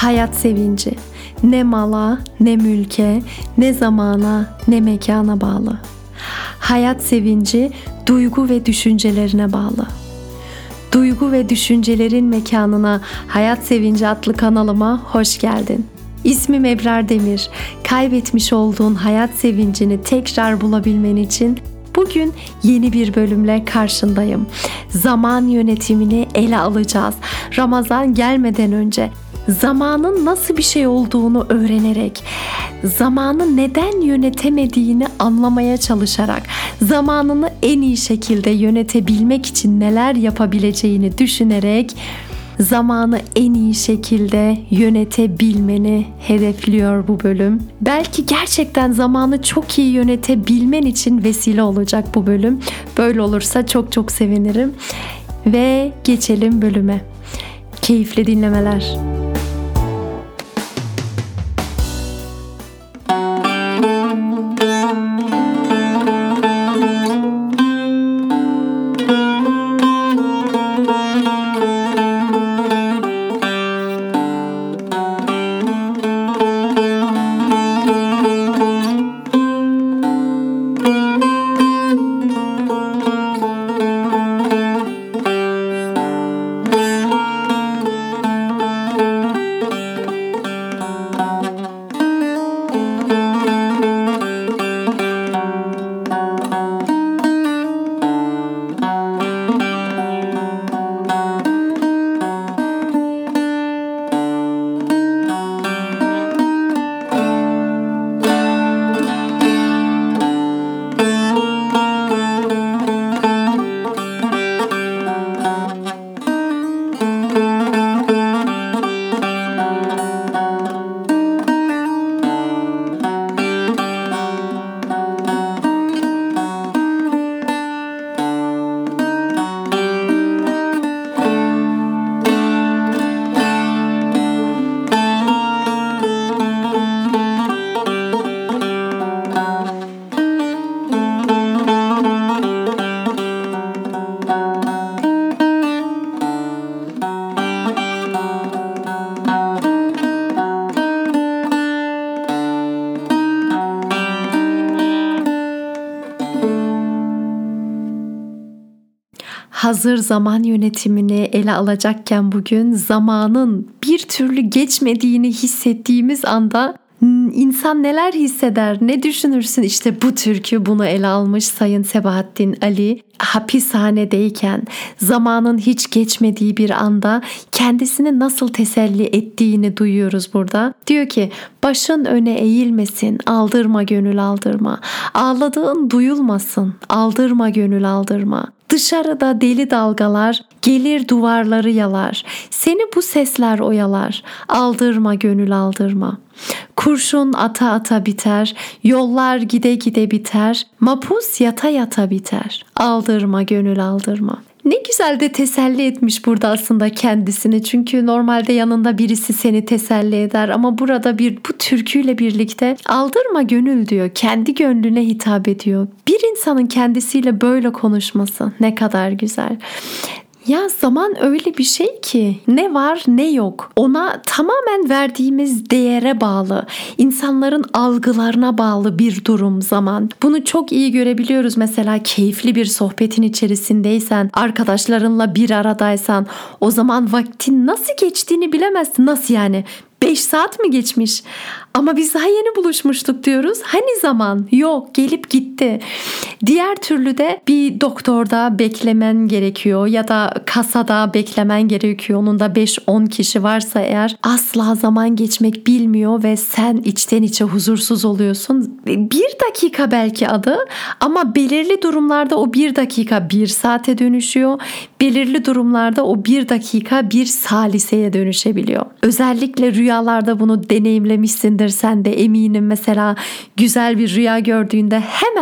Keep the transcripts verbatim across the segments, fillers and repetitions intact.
hayat sevinci ne mala, ne mülke, ne zamana, ne mekana bağlı. Hayat sevinci duygu ve düşüncelerine bağlı. Duygu ve düşüncelerin mekanına Hayat Sevinci adlı kanalıma hoş geldin. İsmim Ebrar Demir. Kaybetmiş olduğun hayat sevincini tekrar bulabilmen için bugün yeni bir bölümle karşındayım. Zaman yönetimini ele alacağız. Ramazan gelmeden önce zamanın nasıl bir şey olduğunu öğrenerek, zamanı neden yönetemediğini anlamaya çalışarak, zamanını en iyi şekilde yönetebilmek için neler yapabileceğini düşünerek zamanı en iyi şekilde yönetebilmeni hedefliyor bu bölüm. Belki gerçekten zamanı çok iyi yönetebilmen için vesile olacak bu bölüm. Böyle olursa çok çok sevinirim. Ve geçelim bölüme. Keyifli dinlemeler. Hazır zaman yönetimini ele alacakken bugün zamanın bir türlü geçmediğini hissettiğimiz anda insan neler hisseder, ne düşünürsün? İşte bu türkü bunu ele almış Sayın Sebahattin Ali. Hapishanedeyken zamanın hiç geçmediği bir anda kendisini nasıl teselli ettiğini duyuyoruz burada. Diyor ki başın öne eğilmesin, aldırma gönül aldırma. Ağladığın duyulmasın, aldırma gönül aldırma. Dışarıda deli dalgalar gelir duvarları yalar. Seni bu sesler oyalar. Aldırma gönül aldırma. Kurşun ata ata biter. Yollar gide gide biter. Mapus yata yata biter. Aldırma gönül aldırma. Ne güzel de teselli etmiş burada aslında kendisini. Çünkü normalde yanında birisi seni teselli eder ama burada bir bu türküyle birlikte aldırma gönül diyor. Kendi gönlüne hitap ediyor. Bir insanın kendisiyle böyle konuşması ne kadar güzel. Ya zaman öyle bir şey ki ne var ne yok. Ona tamamen verdiğimiz değere bağlı, insanların algılarına bağlı bir durum zaman. Bunu çok iyi görebiliyoruz mesela keyifli bir sohbetin içerisindeysen, arkadaşlarınla bir aradaysan o zaman vaktin nasıl geçtiğini bilemezsin. Nasıl yani? beş saat mi geçmiş? Ama biz daha yeni buluşmuştuk diyoruz. Hani zaman? Yok, gelip gitti. Diğer türlü de bir doktorda beklemen gerekiyor ya da kasada beklemen gerekiyor. Onun da beş on kişi varsa eğer asla zaman geçmek bilmiyor ve sen içten içe huzursuz oluyorsun. Bir dakika belki adı ama belirli durumlarda o bir dakika bir saate dönüşüyor. Belirli durumlarda o bir dakika bir saliseye dönüşebiliyor. Özellikle rüyalarda bunu deneyimlemişsindir sen de eminim. Mesela güzel bir rüya gördüğünde hemen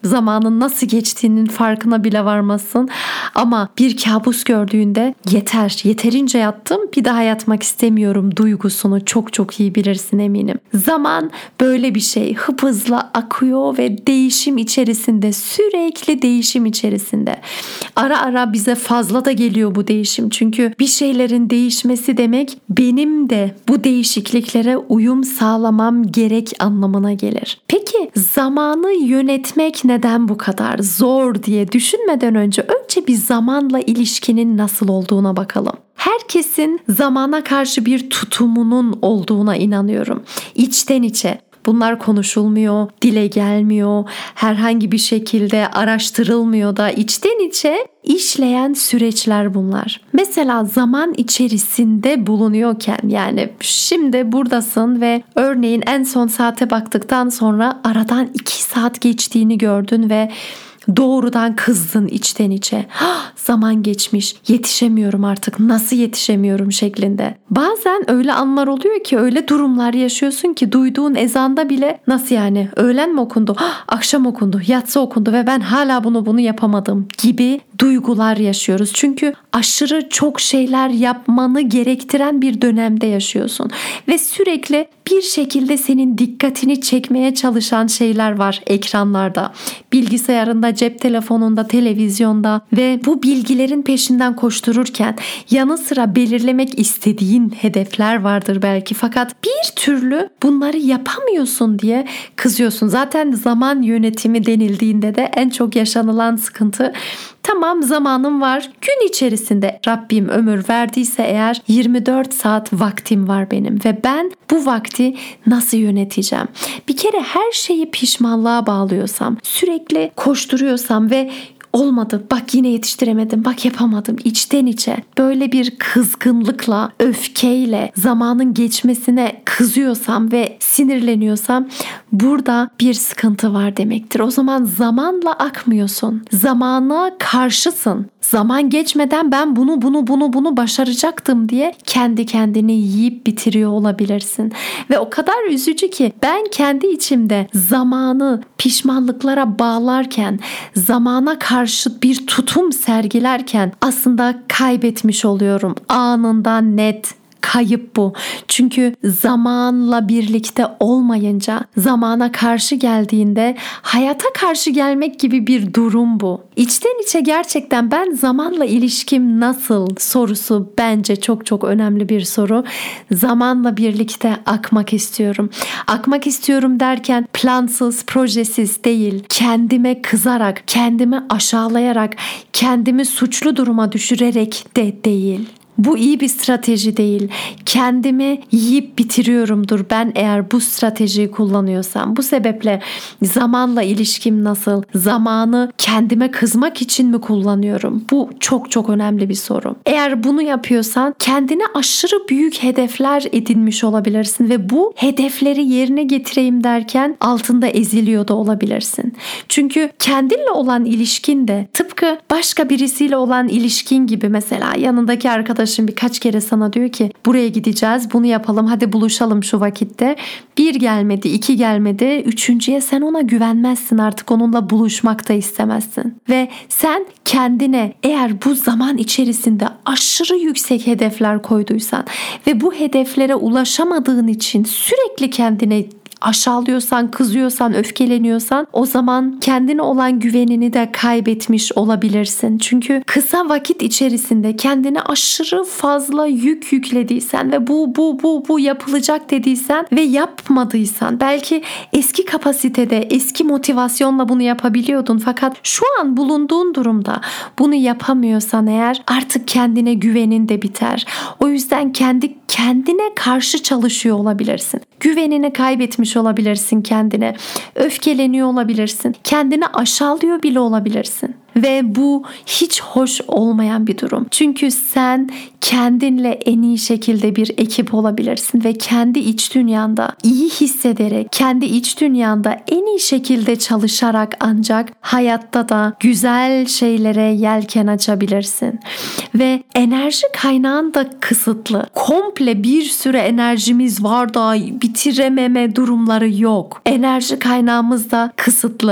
zamanın nasıl geçtiğinin farkına bile varmazsın. Ama bir kabus gördüğünde yeter, yeterince yattım, bir daha yatmak istemiyorum duygusunu çok çok iyi bilirsin eminim. Zaman böyle bir şey, hıp hızla akıyor ve değişim içerisinde, sürekli değişim içerisinde. Ara ara bize fazla da geliyor bu değişim. Çünkü bir şeylerin değişmesi demek benim de bu değişikliklere uyum sağlamam gerek anlamına gelir. Peki zamanı yönetmek neden bu kadar zor diye düşünmeden önce önce bir zamanla ilişkinin nasıl olduğuna bakalım. Herkesin zamana karşı bir tutumunun olduğuna inanıyorum. İçten içe. Bunlar konuşulmuyor, dile gelmiyor, herhangi bir şekilde araştırılmıyor da içten içe işleyen süreçler bunlar. Mesela zaman içerisinde bulunuyorken, yani şimdi buradasın ve örneğin en son saate baktıktan sonra aradan iki saat geçtiğini gördün ve doğrudan kızdın içten içe. Ah, zaman geçmiş, yetişemiyorum artık, nasıl yetişemiyorum şeklinde. Bazen öyle anlar oluyor ki, öyle durumlar yaşıyorsun ki duyduğun ezanda bile nasıl yani, öğlen mi okundu, ah, akşam okundu, yatsı okundu ve ben hala bunu bunu yapamadım gibi duygular yaşıyoruz. Çünkü aşırı çok şeyler yapmanı gerektiren bir dönemde yaşıyorsun ve sürekli bir şekilde senin dikkatini çekmeye çalışan şeyler var ekranlarda, bilgisayarında, cep telefonunda, televizyonda ve bu bilgilerin peşinden koştururken yanı sıra belirlemek istediğin hedefler vardır belki, fakat bir türlü bunları yapamıyorsun diye kızıyorsun. Zaten zaman yönetimi denildiğinde de en çok yaşanılan sıkıntı, tamam zamanım var, gün içerisinde Rabbim ömür verdiyse eğer yirmi dört saat vaktim var benim ve ben bu vakti nasıl yöneteceğim? Bir kere her şeyi pişmanlığa bağlıyorsam, sürekli koşturuyorsam ve olmadı, bak yine yetiştiremedim, bak yapamadım, içten içe böyle bir kızgınlıkla, öfkeyle zamanın geçmesine kızıyorsam ve sinirleniyorsam burada bir sıkıntı var demektir. O zaman zamanla akmıyorsun. Zamana karşısın. Zaman geçmeden ben bunu bunu bunu bunu başaracaktım diye kendi kendini yiyip bitiriyor olabilirsin. Ve o kadar üzücü ki ben kendi içimde zamanı pişmanlıklara bağlarken, zamana karşı bir tutum sergilerken aslında kaybetmiş oluyorum. Anında net kayıp bu. Çünkü zamanla birlikte olmayınca, zamana karşı geldiğinde hayata karşı gelmek gibi bir durum bu. İçten içe gerçekten ben zamanla ilişkim nasıl sorusu bence çok çok önemli bir soru. Zamanla birlikte akmak istiyorum. Akmak istiyorum derken plansız, projesiz değil, kendime kızarak, kendimi aşağılayarak, kendimi suçlu duruma düşürerek de değil. Bu iyi bir strateji değil. Kendimi yiyip bitiriyorumdur ben eğer bu stratejiyi kullanıyorsam. Bu sebeple zamanla ilişkim nasıl? Zamanı kendime kızmak için mi kullanıyorum? Bu çok çok önemli bir soru. Eğer bunu yapıyorsan kendine aşırı büyük hedefler edinmiş olabilirsin ve bu hedefleri yerine getireyim derken altında eziliyor da olabilirsin. Çünkü kendinle olan ilişkin de tıpkı başka birisiyle olan ilişkin gibi, mesela yanındaki arkadaş Şimdi birkaç kere sana diyor ki buraya gideceğiz, bunu yapalım, hadi buluşalım şu vakitte. Bir gelmedi, iki gelmedi, üçüncüye sen ona güvenmezsin, artık onunla buluşmak da istemezsin. Ve sen kendine eğer bu zaman içerisinde aşırı yüksek hedefler koyduysan ve bu hedeflere ulaşamadığın için sürekli kendine aşağılıyorsan, kızıyorsan, öfkeleniyorsan o zaman kendine olan güvenini de kaybetmiş olabilirsin. Çünkü kısa vakit içerisinde kendine aşırı fazla yük yüklediysen ve bu bu bu bu yapılacak dediysen ve yapmadıysan, belki eski kapasitede, eski motivasyonla bunu yapabiliyordun fakat şu an bulunduğun durumda bunu yapamıyorsan eğer artık kendine güvenin de biter. O yüzden kendi kendine karşı çalışıyor olabilirsin. Güvenini kaybetmiş olabilirsin kendine. Öfkeleniyor olabilirsin. Kendini aşağılıyor bile olabilirsin. Ve bu hiç hoş olmayan bir durum. Çünkü sen kendinle en iyi şekilde bir ekip olabilirsin ve kendi iç dünyanda iyi hissederek, kendi iç dünyanda en iyi şekilde çalışarak ancak hayatta da güzel şeylere yelken açabilirsin. Ve enerji kaynağın da kısıtlı. Komple bir sürü enerjimiz var da bitirememe durumları yok. Enerji kaynağımız da kısıtlı.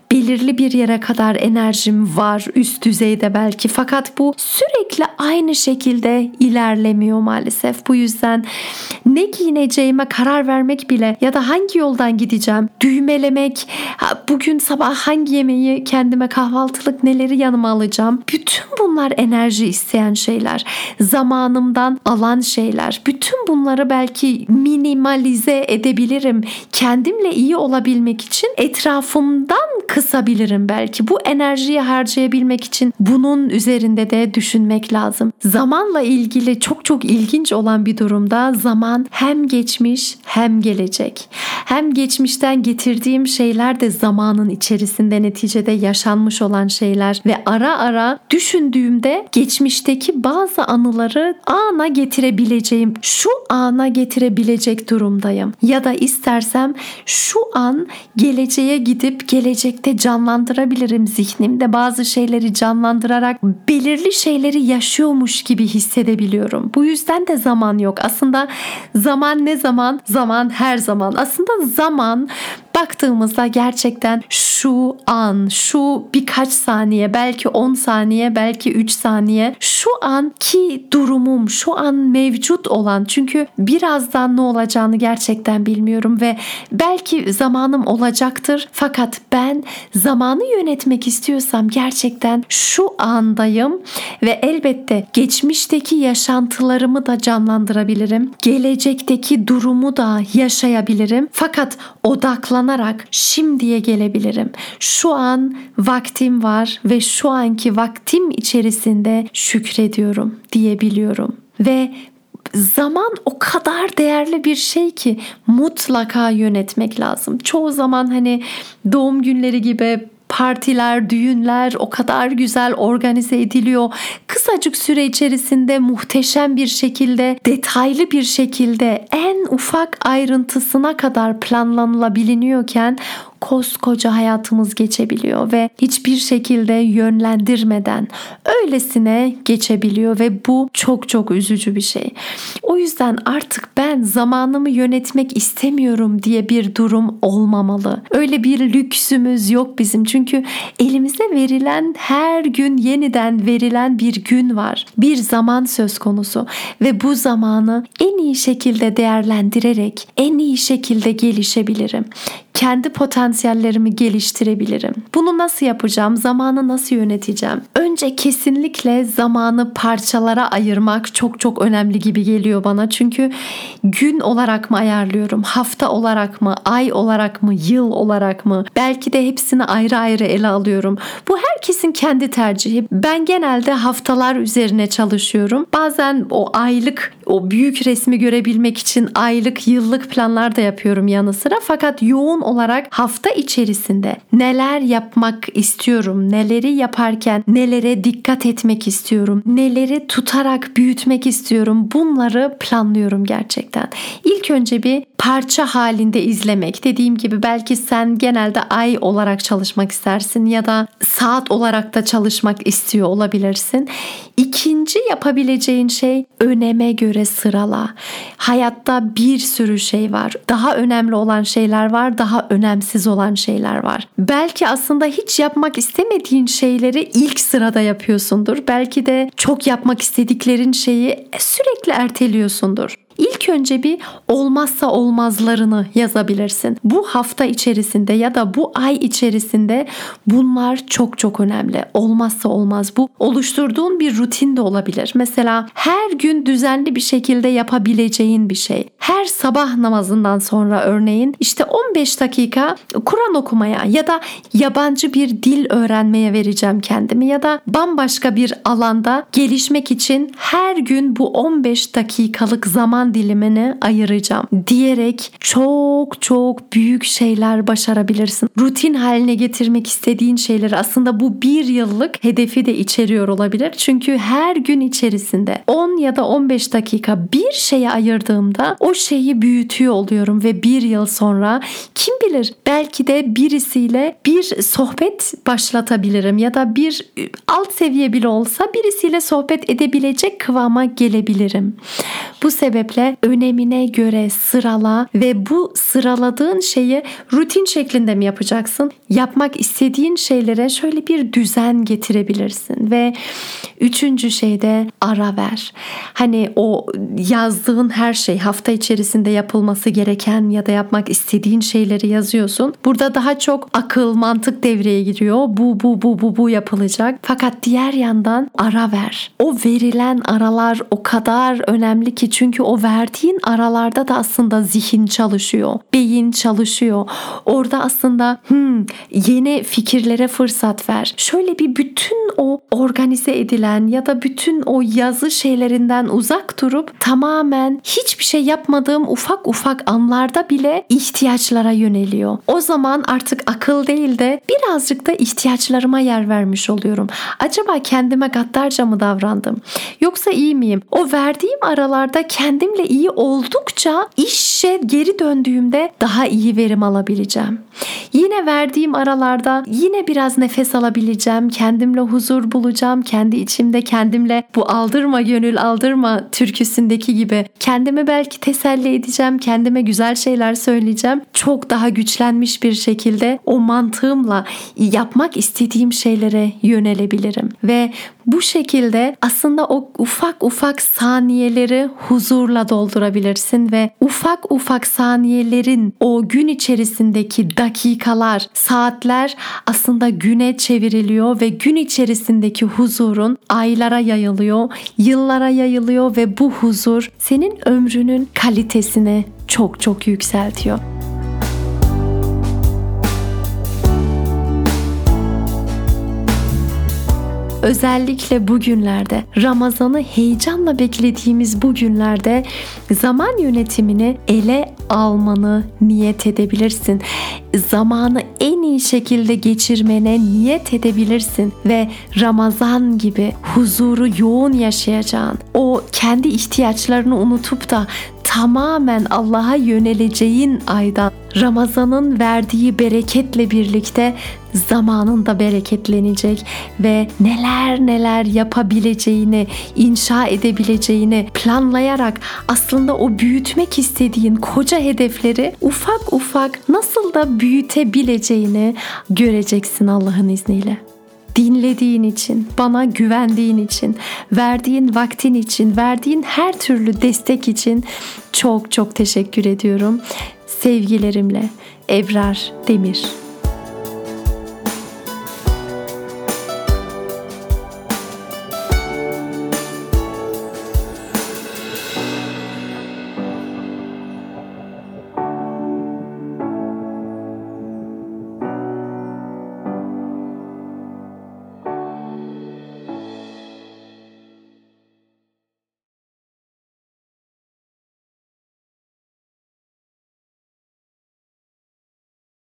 belirli bir yere kadar enerjim var, üst düzeyde belki, fakat bu sürekli aynı şekilde ilerlemiyor maalesef. Bu yüzden ne giyineceğime karar vermek bile ya da hangi yoldan gideceğim, düğmelemek, bugün sabah hangi yemeği kendime kahvaltılık neleri yanıma alacağım, bütün bunlar enerji isteyen şeyler, zamanımdan alan şeyler. Bütün bunları belki minimalize edebilirim. Kendimle iyi olabilmek için etrafımdan kısabilirim belki. Bu enerjiyi harcayabilmek için bunun üzerinde de düşünmek lazım. Zamanla ilgili çok çok ilginç olan bir durumda zaman hem geçmiş hem gelecek. Hem geçmişten getirdiğim şeyler de zamanın içerisinde neticede yaşanmış olan şeyler ve ara ara düşündüğümde geçmişteki bazı anıları ana getirebileceğim, şu ana getirebilecek durumdayım. Ya da istersem şu an geleceğe gidip gelecekte canlandırabilirim, zihnimde bazı şeyleri canlandırarak belirli şeyleri yaşıyormuş gibi hissedebiliyorum. Bu yüzden de zaman yok. Aslında zaman ne zaman? Zaman her zaman. Aslında zaman baktığımızda gerçekten şu an, şu birkaç saniye, belki on saniye, belki üç saniye, şu anki durumum, şu an mevcut olan, çünkü birazdan ne olacağını gerçekten bilmiyorum ve belki zamanım olacaktır, fakat ben zamanı yönetmek istiyorsam gerçekten şu andayım ve elbette geçmişteki yaşantılarımı da canlandırabilirim, gelecekteki durumu da yaşayabilirim, fakat odaklanarak şimdiye gelebilirim. Şu an vaktim var ve şu anki vaktim içerisinde şükrediyorum diyebiliyorum. Ve zaman o kadar değerli bir şey ki mutlaka yönetmek lazım. Çoğu zaman hani doğum günleri gibi partiler, düğünler o kadar güzel organize ediliyor. Kısacık süre içerisinde muhteşem bir şekilde, detaylı bir şekilde en ufak ayrıntısına kadar planlanılabiliyorken koskoca hayatımız geçebiliyor ve hiçbir şekilde yönlendirmeden öylesine geçebiliyor ve bu çok çok üzücü bir şey. O yüzden artık ben zamanımı yönetmek istemiyorum diye bir durum olmamalı. Öyle bir lüksümüz yok bizim. Çünkü elimize verilen, her gün yeniden verilen bir gün var. Bir zaman söz konusu ve bu zamanı en iyi şekilde değerlendirerek en iyi şekilde gelişebilirim. Kendi potansiyellerimi geliştirebilirim. Bunu nasıl yapacağım? Zamanı nasıl yöneteceğim? Önce kesinlikle zamanı parçalara ayırmak çok çok önemli gibi geliyor bana. Çünkü gün olarak mı ayarlıyorum? Hafta olarak mı? Ay olarak mı? Yıl olarak mı? Belki de hepsini ayrı ayrı ele alıyorum. Bu herkesin kendi tercihi. Ben genelde haftalar üzerine çalışıyorum. Bazen o aylık, o büyük resmi görebilmek için aylık, yıllık planlar da yapıyorum yanı sıra. Fakat yoğun olarak hafta içerisinde neler yapmak istiyorum, neleri yaparken nelere dikkat etmek istiyorum, neleri tutarak büyütmek istiyorum, bunları planlıyorum gerçekten. İlk önce bir parça halinde izlemek. Dediğim gibi belki sen genelde ay olarak çalışmak istersin ya da saat olarak da çalışmak istiyor olabilirsin. İkinci yapabileceğin şey öneme göre sırala. Hayatta bir sürü şey var. Daha önemli olan şeyler var, daha önemsiz olan şeyler var. Belki aslında hiç yapmak istemediğin şeyleri ilk sırada yapıyorsundur. Belki de çok yapmak istediklerin şeyi sürekli erteliyorsundur. İlk önce bir olmazsa olmazlarını yazabilirsin. Bu hafta içerisinde ya da bu ay içerisinde bunlar çok çok önemli. Olmazsa olmaz. Bu oluşturduğun bir rutin de olabilir. Mesela her gün düzenli bir şekilde yapabileceğin bir şey. Her sabah namazından sonra örneğin işte on beş dakika Kur'an okumaya ya da yabancı bir dil öğrenmeye vereceğim kendimi ya da bambaşka bir alanda gelişmek için her gün bu on beş dakikalık zaman dilimini ayıracağım diyerek çok çok büyük şeyler başarabilirsin. Rutin haline getirmek istediğin şeyleri, aslında bu bir yıllık hedefi de içeriyor olabilir. Çünkü her gün içerisinde on ya da on beş dakika bir şeye ayırdığımda o şeyi büyütüyor oluyorum ve bir yıl sonra kim bilir belki de birisiyle bir sohbet başlatabilirim ya da bir alt seviye bile olsa birisiyle sohbet edebilecek kıvama gelebilirim. Bu sebeple Kesinlikle önemine göre sırala ve bu sıraladığın şeyi rutin şeklinde mi yapacaksın? Yapmak istediğin şeylere şöyle bir düzen getirebilirsin ve üçüncü şeyde ara ver. Hani o yazdığın her şey, hafta içerisinde yapılması gereken ya da yapmak istediğin şeyleri yazıyorsun. Burada daha çok akıl, mantık devreye giriyor. Bu, bu, bu, bu, bu yapılacak. Fakat diğer yandan ara ver. O verilen aralar o kadar önemli ki, çünkü o verdiğin aralarda da aslında zihin çalışıyor. Beyin çalışıyor. Orada aslında hmm, yeni fikirlere fırsat ver. Şöyle bir bütün o organize edilen ya da bütün o yazı şeylerinden uzak durup tamamen hiçbir şey yapmadığım ufak ufak anlarda bile ihtiyaçlara yöneliyor. O zaman artık akıl değil de birazcık da ihtiyaçlarıma yer vermiş oluyorum. Acaba kendime gaddarca mı davrandım? Yoksa iyi miyim? O verdiğim aralarda kendimle iyi oldukça işe geri döndüğümde daha iyi verim alabileceğim. Yine verdiğim aralarda yine biraz nefes alabileceğim. Kendimle huzur bulacağım. Kendi içimde kendimle bu aldırma gönül aldırma türküsündeki gibi kendimi belki teselli edeceğim. Kendime güzel şeyler söyleyeceğim. Çok daha güçlenmiş bir şekilde o mantığımla yapmak istediğim şeylere yönelebilirim. Ve bu şekilde aslında o ufak ufak saniyeleri huzurla doldurabilirsin ve ufak ufak saniyelerin o gün içerisindeki dakikalar, saatler aslında güne çevriliyor ve gün içerisindeki huzurun aylara yayılıyor, yıllara yayılıyor ve bu huzur senin ömrünün kalitesini çok çok yükseltiyor. Özellikle bugünlerde, Ramazan'ı heyecanla beklediğimiz bu günlerde zaman yönetimini ele almanı niyet edebilirsin. Zamanı en iyi şekilde geçirmene niyet edebilirsin ve Ramazan gibi huzuru yoğun yaşayacağın, o kendi ihtiyaçlarını unutup da tamamen Allah'a yöneleceğin aydan, Ramazan'ın verdiği bereketle birlikte zamanın da bereketlenecek ve neler neler yapabileceğini, inşa edebileceğini planlayarak aslında o büyütmek istediğin koca hedefleri ufak ufak nasıl da büyütebileceğini göreceksin Allah'ın izniyle. Dinlediğin için, bana güvendiğin için, verdiğin vaktin için, verdiğin her türlü destek için çok çok teşekkür ediyorum. Sevgilerimle Ebrar Demir.